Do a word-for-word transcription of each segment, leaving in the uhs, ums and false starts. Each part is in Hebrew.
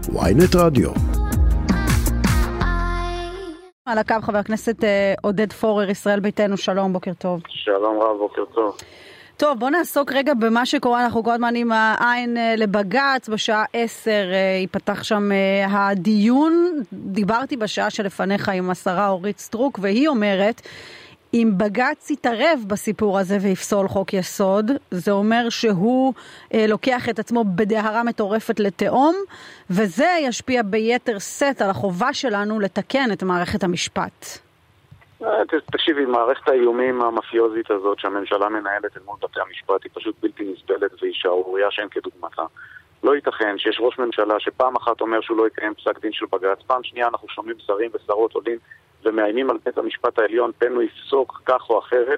וויינט רדיו. על הקו חבר הכנסת עודד פורר, ישראל ביתנו, שלום, בוקר טוב. שלום רב, בוקר טוב. טוב, בוא נעסוק רגע במה שקורה, אנחנו כל הזמן עם העין לבגץ, בשעה עשר ייפתח שם הדיון, דיברתי בשעה שלפניך עם השרה אורית סטרוק, והיא אומרת, אם בגץ יתערב בסיפור הזה ויפסול חוק יסוד, זה אומר שהוא אה, לוקח את עצמו בדהרה מטורפת לתאום, וזה ישפיע ביתר סט על החובה שלנו לתקן את מערכת המשפט. תקשיבי, מערכת האיומים המאפיוזית הזאת שהממשלה מנהלת אל מול בתי המשפט היא פשוט בלתי נסבלת והיא שערורייה שאין כדוגמתה. לא ייתכן שיש ראש ממשלה שפעם אחת אומר שהוא לא יקיים פסק דין של בגץ, פעם שנייה אנחנו שומעים שרים ושרות עולים ומאיימים על בית המשפט העליון, פנו יפסוק כך או אחרת.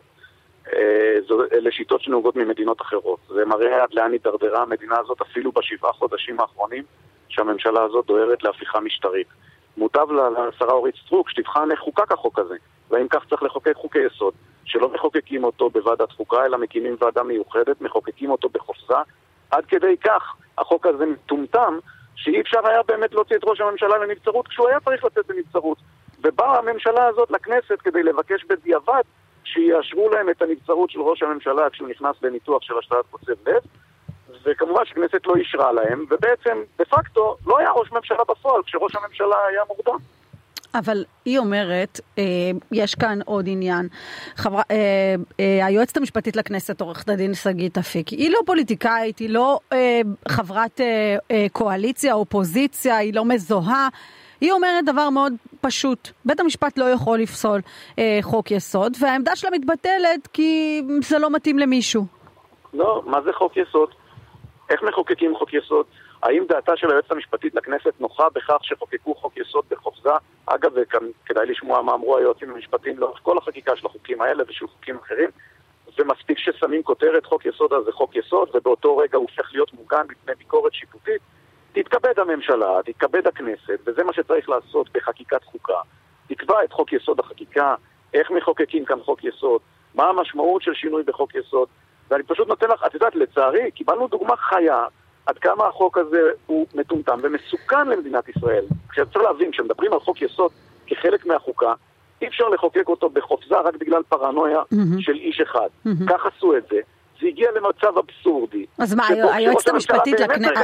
אלה שיטות שנהוגות ממדינות אחרות. זה מראה עד לאן התדרדרה המדינה הזאת אפילו בשבעה חודשים האחרונים שהממשלה הזאת דוהרת להפיכה משטרית. מוטב לשרה אורית סטרוק שתבחן איך חוקק החוק הזה, והאם כך צריך לחוקק חוקי יסוד, שלא מחוקקים אותו בוועדת חוקה, אלא מקימים ועדה מיוחדת, מחוקקים אותו בחופזה. עד כדי כך החוק הזה מטומטם שאי אפשר היה באמת להוציא את ראש הממשלה לנבצרות כשהוא היה צריך לצאת לנבצרות. ובאה הממשלה הזאת לכנסת כדי לבקש בדיעבד שיאשרו להם את הנבצרות של ראש הממשלה כשהוא נכנס לניתוח של השתלת קוצב לב, וכמובן שכנסת לא אישרה להם, ובעצם דה פקטו לא היה ראש ממשלה בפועל כשראש הממשלה היה מורדם. אבל היא אומרת, אה, יש כאן עוד עניין. חבר, אה, אה, היועצת המשפטית לכנסת, עורכת הדין שגית אפיק, היא לא פוליטיקאית, היא לא אה, חברת אה, אה, קואליציה, אופוזיציה, היא לא מזוהה. היא אומרת דבר מאוד פשוט, בית המשפט לא יכול לפסול אה, חוק יסוד, והעמדה שלה מתבטלת כי זה לא מתאים למישהו. לא, מה זה חוק יסוד? איך מחוקקים חוק יסוד? האם דעתה של היועצת המשפטית לכנסת נוחה בכך שחוקקו חוק יסוד בחופזה? אגב, וכאן כדאי לשמוע מה אמרו היועצים המשפטיים לאורך כל החקיקה של החוקים האלה ושל חוקים אחרים, ומספיק ששמים כותרת חוק יסוד הזה חוק יסוד, ובאותו רגע הוא הופך להיות מוגן בפני ביקורת שיפוטית. תתכבד הממשלה, תתכבד הכנסת, וזה מה שצריך לעשות בחקיקת חוקה. תקבע את חוק יסוד החקיקה, איך מחוקקים כאן חוק יסוד, מה המשמעות של שינוי בחוק יסוד. ואני פשוט נותן לך, את יודעת, לצערי, קיבלנו דוגמה חיה עד כמה החוק הזה הוא מטומטם ומסוכן למדינת ישראל. כשצריך להבין, כשמדברים על חוק יסוד כחלק מהחוקה, אי אפשר לחוקק אותו בחופזה רק בגלל פרנויה mm-hmm. של איש אחד. Mm-hmm. כך עשו את זה. זה הגיע למצב אבסורדי. אז מה, היועצת המשפטית לכנסת...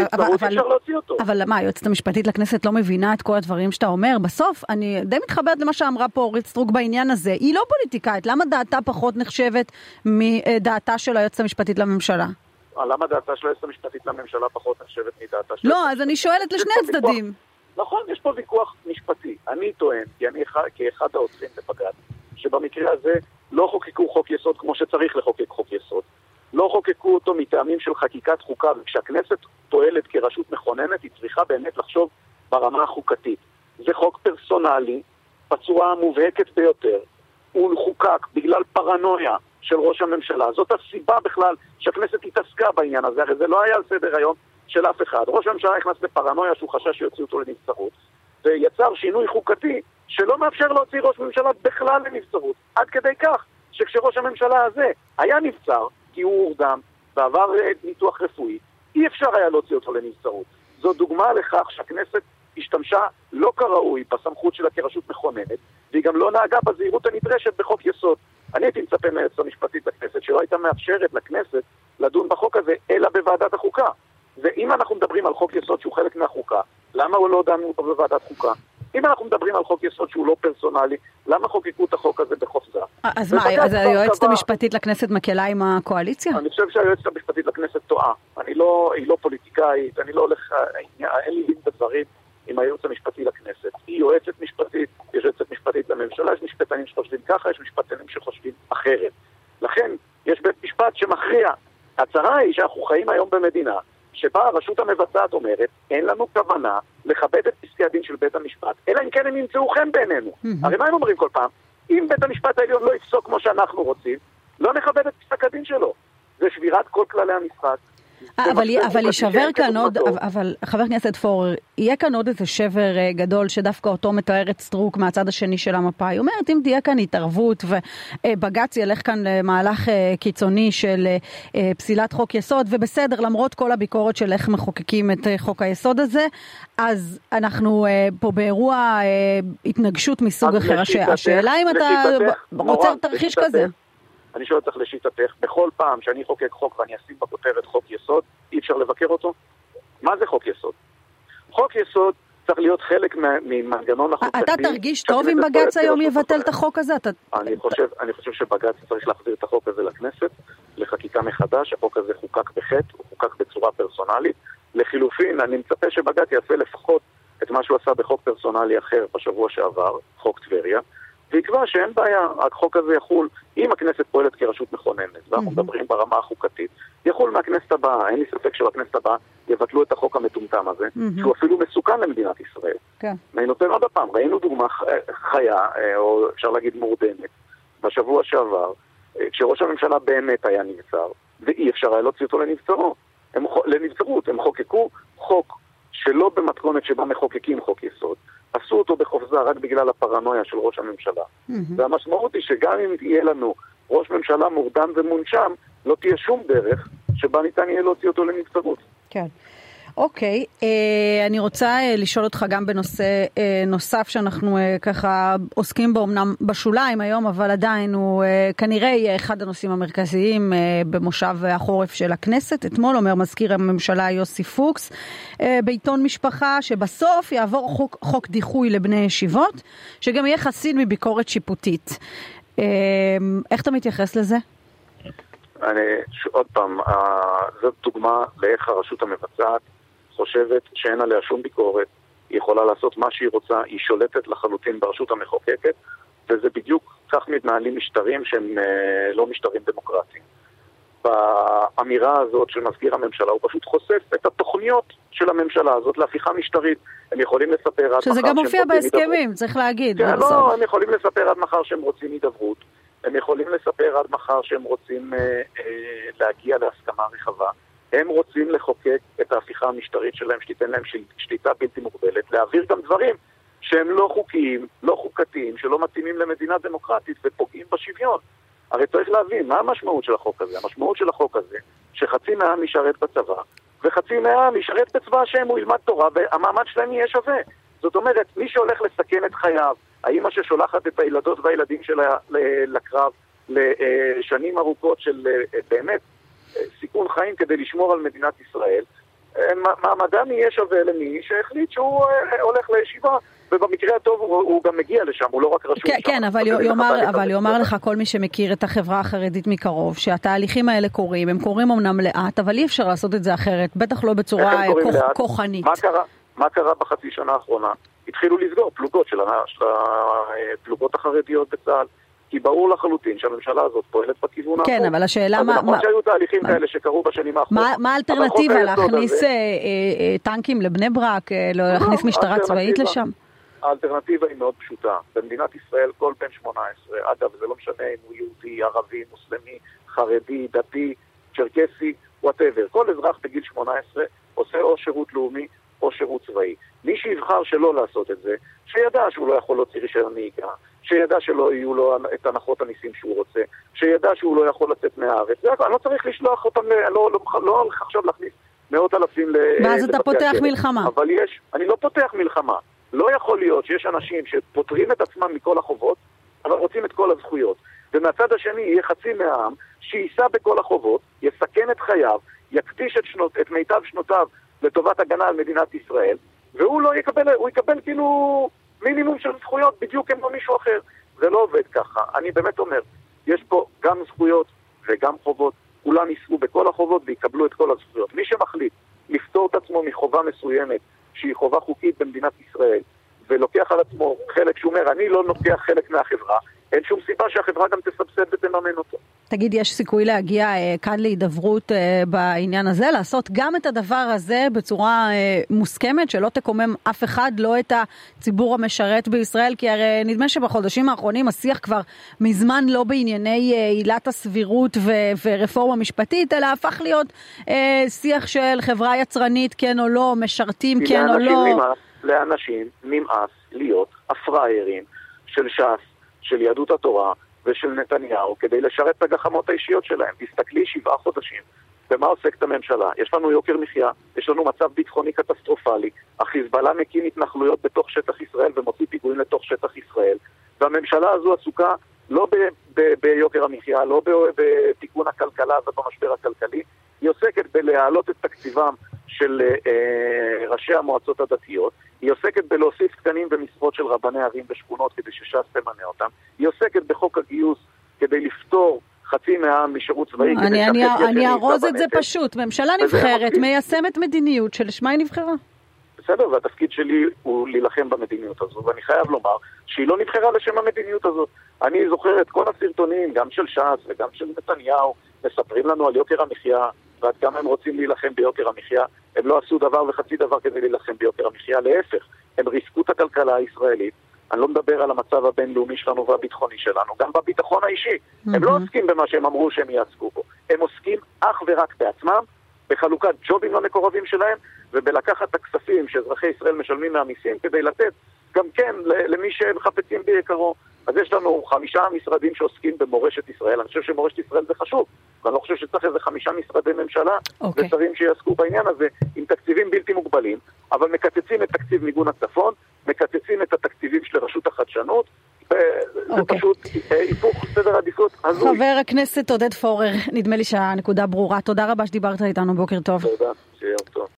אבל מה, היועצת המשפטית לכנסת לא מבינה את כל הדברים שאתה אומר? בסוף, אני די מתחברת למה שאמרה פה אורית סטרוק בעניין הזה. היא לא פוליטיקאית. למה דעתה פחות נחשבת מדעתה של היועצת המשפטית לממשלה? למה דעתה של היועצת המשפטית לממשלה פחות נחשבת מדעתה של... לא, אז אני שואלת לשני הצדדים. נכון, יש פה ויכוח משפטי. אני טוען, כי אני כאחד העוצרים בבג"ץ, שבמקרה הזה לא חוקקו חוק יסוד כמו שצריך לחוקק חוק יסוד. לא חוקקו אותו מטעמים של חקיקת חוקה, וכשהכנסת פועלת כרשות מכוננת, היא צריכה באמת לחשוב ברמה החוקתית. זה חוק פרסונלי, בצורה המובהקת ביותר. הוא חוקק בגלל פרנויה של ראש הממשלה. זאת הסיבה בכלל שהכנסת התעסקה בעניין הזה, הרי זה לא היה על סדר היום של אף אחד. ראש הממשלה נכנס לפרנויה שהוא חשש שיוציא אותו לנבצרות, ויצר שינוי חוקתי שלא מאפשר להוציא ראש ממשלה בכלל לנבצרות. עד כדי כך שכשראש הממשלה הזה היה נבצר, כי הוא הורדם ועבר ניתוח רפואי, אי אפשר היה להוציא אותו לנבצרות. זו דוגמה לכך שהכנסת השתמשה לא כראוי בסמכות שלה כרשות מכוננת, והיא גם לא נהגה בזהירות הנדרשת בחוק יסוד. אני הייתי מצפה מהיועצת המשפטית לכנסת שלא הייתה מאפשרת לכנסת לדון בחוק הזה, אלא בוועדת החוקה. ואם אנחנו מדברים על חוק יסוד שהוא חלק מהחוקה, למה הוא לא דנו אותו בוועדת חוקה? אם אנחנו מדברים על חוק יסוד שהוא לא פרסונלי, למה חוקקו את החוק הזה בחופזה? אז מה, אז היועצת המשפטית לכנסת מקלה עם הקואליציה? אני חושב שהיועצת המשפטית לכנסת טועה. אני לא, היא לא פוליטיקאית, אני לא הולך, אין לי דין בדברים עם הייעוץ המשפטי לכנסת. היא יועצת משפטית, יש יועצת משפטית לממשלה, יש משפטנים שחושבים ככה, יש משפטנים שחושבים אחרת. לכן, יש בית משפט שמכריע. הצרה היא שאנחנו חיים היום במדינה, שבה הרשות המבצעת אומרת, אין לנו כוונה לכבד את פסקי הדין של בית המשפט, אלא אם כן הם ימצאו חן בעינינו. Mm-hmm. הרי מה הם אומרים כל פעם? אם בית המשפט העליון לא יפסוק כמו שאנחנו רוצים, לא נכבד את פסק הדין שלו. זה שבירת כל כללי המשחק, אבל יישבר כאן עוד, אבל חבר הכנסת פורר, יהיה כאן עוד איזה שבר גדול שדווקא אותו מתארת סטרוק מהצד השני של המפה. היא אומרת, אם תהיה כאן התערבות ובג"ץ ילך כאן למהלך קיצוני של פסילת חוק יסוד, ובסדר, למרות כל הביקורת של איך מחוקקים את חוק היסוד הזה, אז אנחנו פה באירוע התנגשות מסוג אחר. השאלה אם אתה רוצה תרחיש כזה. אני שואל אותך לשיטתך, בכל פעם שאני חוקק חוק ואני אשים בכותרת חוק יסוד, אי אפשר לבקר אותו? מה זה חוק יסוד? חוק יסוד צריך להיות חלק ממנגנון החוקתי. אתה תרגיש טוב אם בג"ץ היום יבטל את החוק הזה? אני חושב, אני חושב שבג"ץ צריך להחזיר את החוק הזה לכנסת, לחקיקה מחדש. החוק הזה חוקק בחטא, הוא חוקק בצורה פרסונלית. לחילופין, אני מצפה שבג"ץ יעשה לפחות את מה שהוא עשה בחוק פרסונלי אחר בשבוע שעבר, חוק טבריה, ויקבע שאין בעיה, החוק הזה יחול, אם הכנסת פועלת כרשות מכוננת, ואנחנו מדברים ברמה החוקתית, יחול מהכנסת הבאה. אין לי ספק שבכנסת הבאה יבטלו את החוק המטומטם הזה, שהוא אפילו מסוכן למדינת ישראל. אני נותן עוד הפעם, ראינו דוגמה חיה, או אפשר להגיד מורדמת, בשבוע שעבר, כשראש הממשלה באמת היה נבצר, ואי אפשר היה להוציא אותו לנבצרות. לנבצרות, הם חוקקו חוק שלא במתכונת שבה מחוקקים חוק יסוד, עשו אותו בחופזה רק בגלל הפרנויה של ראש הממשלה. Mm-hmm. והמשמעות היא שגם אם יהיה לנו ראש ממשלה מורדם ומונשם, לא תהיה שום דרך שבה ניתן יהיה להוציא אותו לנבצרות. כן. אוקיי, אני רוצה לשאול אותך גם בנושא נוסף שאנחנו ככה עוסקים בו אמנם בשוליים היום, אבל עדיין הוא כנראה יהיה אחד הנושאים המרכזיים במושב החורף של הכנסת. אתמול אומר מזכיר הממשלה יוסי פוקס בעיתון משפחה שבסוף יעבור חוק, חוק דיחוי לבני ישיבות, שגם יהיה חסין מביקורת שיפוטית. איך אתה מתייחס לזה? אני, עוד פעם, זאת דוגמה לאיך הרשות המבצעת חושבת שאין עליה שום ביקורת, היא יכולה לעשות מה שהיא רוצה, היא שולטת לחלוטין ברשות המחוקקת, וזה בדיוק כך מתנהלים משטרים שהם אה, לא משטרים דמוקרטיים. באמירה הזאת של מזכיר הממשלה, הוא פשוט חושף את התוכניות של הממשלה הזאת להפיכה משטרית. הם יכולים לספר עד שזה גם מופיע בהסכמים, צריך להגיד. כן, לא, הם יכולים לספר עד מחר שהם רוצים הידברות, הם יכולים לספר עד מחר שהם רוצים אה, אה, להגיע להסכמה רחבה, הם רוצים לחוקק את ההפיכה המשטרית שלהם, שתיתן להם שליטה בלתי מוגבלת, להעביר גם דברים שהם לא חוקיים, לא חוקתיים, שלא מתאימים למדינה דמוקרטית ופוגעים בשוויון. הרי צריך להבין, מה המשמעות של החוק הזה? המשמעות של החוק הזה, שחצי מהעם ישרת בצבא, וחצי מהעם ישרת בצבא השם, הוא ילמד תורה, והמעמד שלהם יהיה שווה. זאת אומרת, מי שהולך לסכן את חייו, האמא ששולחת את הילדות והילדים שלה לקרב, לשנים ארוכות של באמת סיכון חיים כדי לשמור על מדינת ישראל, מעמדם יהיה שווה למי שהחליט שהוא הולך לישיבה, ובמקרה הטוב הוא, הוא גם מגיע לשם, הוא לא רק רשום כן, שם. כן, אבל יאמר, אבל יאמר לך כל מי שמכיר את החברה החרדית מקרוב, שהתהליכים האלה קורים, הם קורים אמנם לאט, אבל אי אפשר לעשות את זה אחרת, בטח לא בצורה כוח, כוחנית. מה קרה, מה קרה בחצי שנה האחרונה? התחילו לסגור פלוגות של, של הפלוגות החרדיות בצה"ל, כי ברור לחלוטין שהממשלה הזאת פועלת בכיוון האחרון. כן, אבל השאלה מה... נכון שהיו תהליכים כאלה שקרו בשנים האחרונות. מה האלטרנטיבה? להכניס טנקים לבני ברק, להכניס משטרה צבאית לשם? האלטרנטיבה היא מאוד פשוטה. במדינת ישראל כל בן שמונה עשרה, אגב, זה לא משנה אם הוא יהודי, ערבי, מוסלמי, חרדי, דתי, צ'רקסי, whatever. כל אזרח בגיל שמונה עשרה עושה או שירות לאומי או שירות צבאי. מי שיבחר שלא לעשות את זה, שידע שהוא לא יכול להוציא רישיון נהיגה, שידע שלא יהיו לו את הנחות הניסים שהוא רוצה, שידע שהוא לא יכול לצאת מהארץ. אני לא צריך לשלוח אותם, לא, לא, לא הולך עכשיו להכניס מאות אלפים לבתי ואז אתה פותח מלחמה. אבל יש, אני לא פותח מלחמה. לא יכול להיות שיש אנשים שפותרים את עצמם מכל החובות, אבל רוצים את כל הזכויות. ומהצד השני יהיה חצי מהעם שייסע בכל החובות, יסכן את חייו, יקדיש את, שנות, את מיטב שנותיו לטובת הגנה על מדינת ישראל, והוא לא יקבל, הוא יקבל כאילו מינימום של זכויות בדיוק כמו מישהו אחר. זה לא עובד ככה. אני באמת אומר, יש פה גם זכויות וגם חובות, כולם ייסעו בכל החובות ויקבלו את כל הזכויות. מי שמחליט לפתור את עצמו מחובה מסוימת, שהיא חובה חוקית במדינת ישראל, ולוקח על עצמו חלק שהוא אומר, אני לא לוקח חלק מהחברה, אין שום סיבה שהחברה גם תסבסד ותממן אותו. תגיד, יש סיכוי להגיע אה, כאן להידברות אה, בעניין הזה, לעשות גם את הדבר הזה בצורה אה, מוסכמת, שלא תקומם אף אחד, לא את הציבור המשרת בישראל, כי הרי נדמה שבחודשים האחרונים השיח כבר מזמן לא בענייני אה, עילת הסבירות ו- ורפורמה משפטית, אלא הפך להיות אה, שיח של חברה יצרנית, כן או לא, משרתים, כן או לא. נמאס, לאנשים נמאס להיות הפראיירים של ש"ס, של יהדות התורה, ושל נתניהו, כדי לשרת את הגחמות האישיות שלהם. תסתכלי שבעה חודשים, במה עוסקת הממשלה? יש לנו יוקר מחיה, יש לנו מצב ביטחוני קטסטרופלי, החיזבאללה מקים התנחלויות בתוך שטח ישראל ומוציא פיגועים לתוך שטח ישראל, והממשלה הזו עסוקה לא ב- ב- ביוקר המחיה, לא ב- בתיקון הכלכלה ובמשבר הכלכלי, היא עוסקת בלהעלות את תקציבם של אה, ראשי המועצות הדתיות, היא עוסקת בלהוסיף תקנים במשרות של רבני ערים ושכונות כדי שש"ס תמנה אותם, היא עוסקת בחוק הגיוס כדי לפתור חצי מהעם משירות צבאי. אני, אני, אני ארוז את זה פשוט, ממשלה נבחרת, מיישמת מדיניות שלשמה היא נבחרה. בסדר, והתפקיד שלי הוא להילחם במדיניות הזו, ואני חייב לומר שהיא לא נבחרה לשם המדיניות הזאת. אני זוכר את כל הסרטונים, גם של ש"ס וגם של נתניהו, מספרים לנו על יוקר המחיה, ועד כמה הם רוצים להילחם ביוקר המחיה. הם לא עשו דבר וחצי דבר כדי להילחם ביוקר המחיה, להפך, הם ריסקו את הכלכלה הישראלית. אני לא מדבר על המצב הבינלאומי שלנו והביטחוני שלנו, גם בביטחון האישי. Mm-hmm. הם לא עוסקים במה שהם אמרו שהם יעסקו בו. הם עוסקים אך ורק בעצמם, בחלוקת ג'ובים למקורבים שלהם, ובלקחת את הכספים שאזרחי ישראל משלמים מהמיסים כדי לתת גם כן למי שהם חפצים ביקרו. אז יש לנו חמישה משרדים שעוסקים במורשת ישראל. אני חושב שמורשת ישראל זה חשוב, ואני לא חושב שצריך איזה חמישה משרדי ממשלה okay. ושרים שיעסקו בעניין הזה עם תקציבים בלתי מוגבלים, אבל מקצצים את תקציב מיגון הצפון, מקצצים את התקציבים של רשות החדשנות, זה okay. פשוט היפוך סדר עדיפות הזוי. חבר הכנסת עודד פורר, נדמה לי שהנקודה ברורה. תודה רבה שדיברת איתנו, בוקר טוב. תודה.